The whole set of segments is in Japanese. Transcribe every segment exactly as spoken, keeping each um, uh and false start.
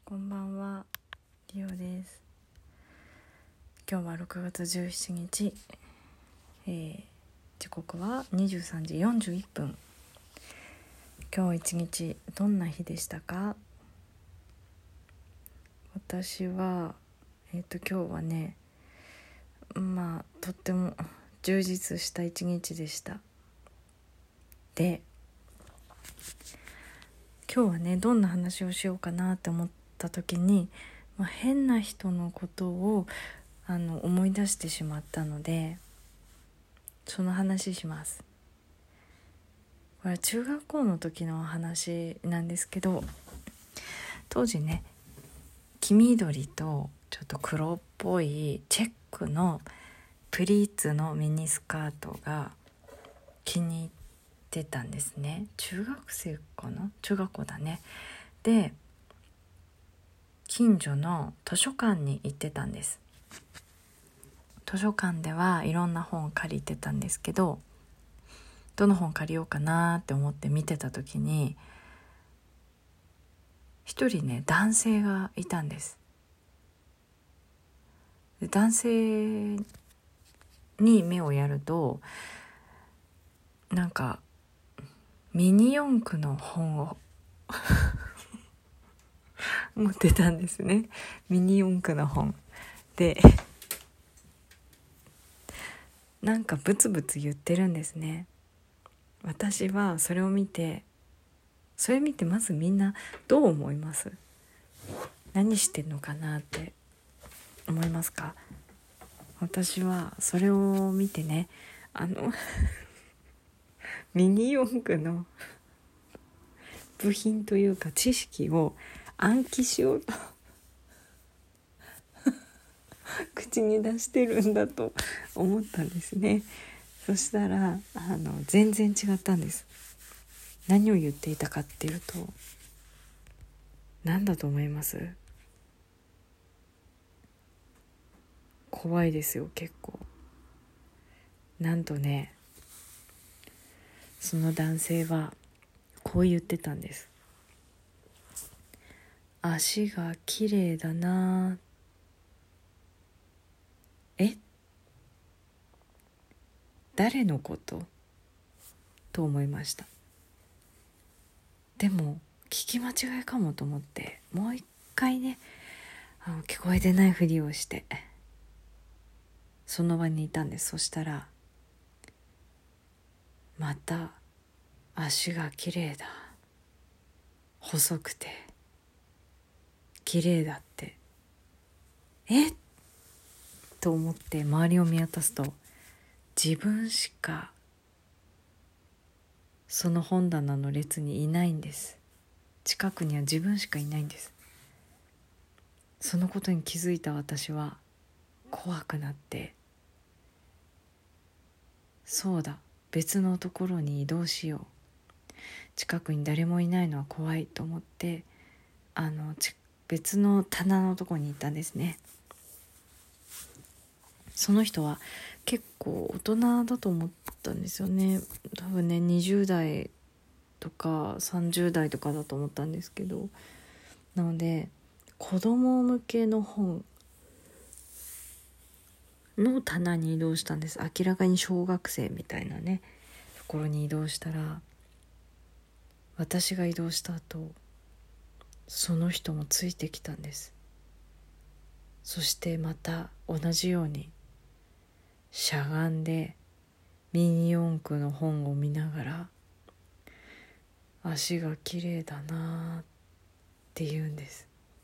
こんばんは、リオです。今日はろくがつじゅうしちにち、えー、時刻はにじゅうさんじよんじゅういっぷん。今日一日どんな日でしたか？私はえっ、ー、と今日はね、まあとっても充実した一日でした。で、今日はねどんな話をしようかなって思った時に、まあ、変な人のことをあの思い出してしまったので、その話します。これは中学校の時の話なんですけど、当時ね黄緑とちょっと黒っぽいチェックのプリーツのミニスカートが気に入ってたんですね。中学生かな、中学校だね。で、近所の図書館に行ってたんです。図書館ではいろんな本を借りてたんですけど、どの本借りようかなって思って見てた時に、一人ね男性がいたんです。で、男性に目をやると、なんかミニ四駆の本を持ってたんですね。ミニ四駆の本で、なんかブツブツ言ってるんですね。私はそれを見てそれ見てまずみんなどう思います？何してんのかなって思いますか？私はそれを見てね、あのミニ四駆の部品というか知識を暗記しようと口に出してるんだと思ったんですね。そしたらあの全然違ったんです。何を言っていたかっていうと、何だと思います？怖いですよ、結構。なんとね、その男性はこう言ってたんです。足が綺麗だな。え？誰のこと？と思いました。でも聞き間違いかもと思って、もう一回ねあの聞こえてないふりをしてその場にいたんです。そしたら、また足が綺麗だ、細くて綺麗だって、えっと思って周りを見渡すと、自分しかその本棚の列にいないんです。近くには自分しかいないんです。そのことに気づいた私は怖くなって、そうだ、別のところに移動しよう、近くに誰もいないのは怖いと思って、あの別の棚のところに行ったんですね。その人は結構大人だと思ったんですよね。多分ねにじゅう代とかさんじゅう代とかだと思ったんですけど、なので子供向けの本の棚に移動したんです。明らかに小学生みたいなねところに移動したら、私が移動した後、その人もついてきたんです。そしてまた同じようにしゃがんでミニ四駆の本を見ながら、足が綺麗だなって言うんです。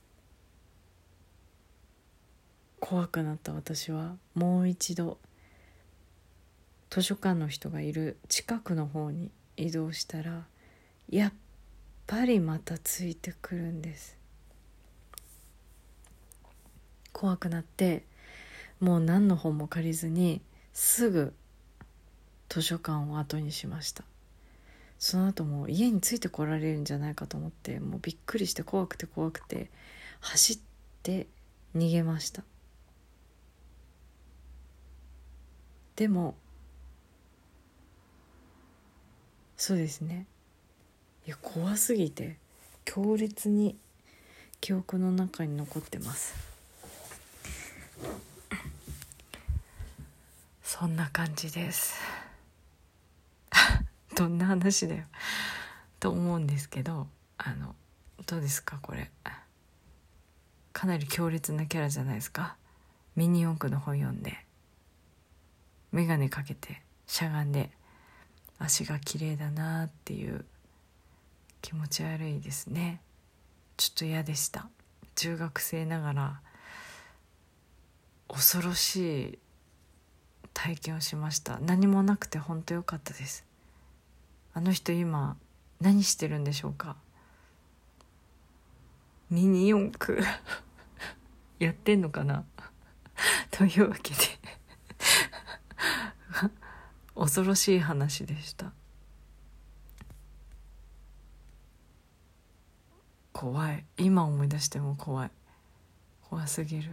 怖くなった私はもう一度図書館の人がいる近くの方に移動したら、やっぱりまたついてくるんです。怖くなって、もう何の本も借りずにすぐ図書館を後にしました。その後も家についてこられるんじゃないかと思って、もうびっくりして怖くて怖くて走って逃げました。でもそうですね、いや怖すぎて強烈に記憶の中に残ってます。そんな感じですどんな話だよと思うんですけど、あのどうですかこれ、かなり強烈なキャラじゃないですか。ミニ四駆の本読んで眼鏡かけてしゃがんで足が綺麗だなっていう気持ち悪いですね。ちょっと嫌でした。中学生ながら恐ろしい体験をしました。何もなくて本当良かったです。あの人今何してるんでしょうか。ミニ四駆やってんのかなというわけで恐ろしい話でした。怖い。今思い出しても怖い。怖すぎる。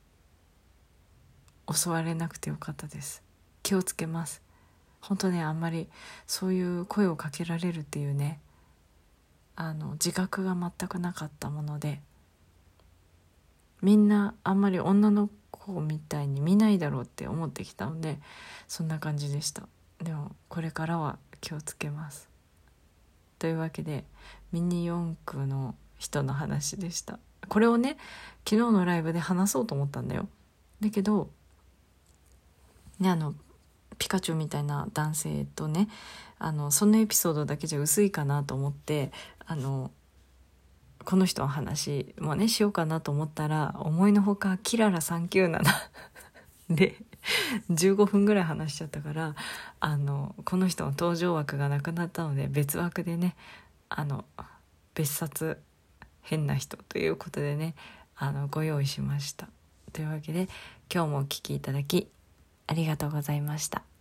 襲われなくてよかったです。気をつけます。本当ね、あんまりそういう声をかけられるっていうね、あの自覚が全くなかったもので、みんなあんまり女の子みたいに見ないだろうって思ってきたので、そんな感じでした。でもこれからは気をつけます。というわけでミニ四駆の人の話でした。これをね、昨日のライブで話そうと思ったんだよ。だけどね、あのピカチュウみたいな男性とね、あのそのエピソードだけじゃ薄いかなと思って、あのこの人の話もねしようかなと思ったら、思いのほかキララさんきゅうななでじゅうごふんぐらい話しちゃったから、あのこの人の登場枠がなくなったので、別枠でね、あの別冊変な人ということでね、あのご用意しました。というわけで今日もお聞きいただきありがとうございました。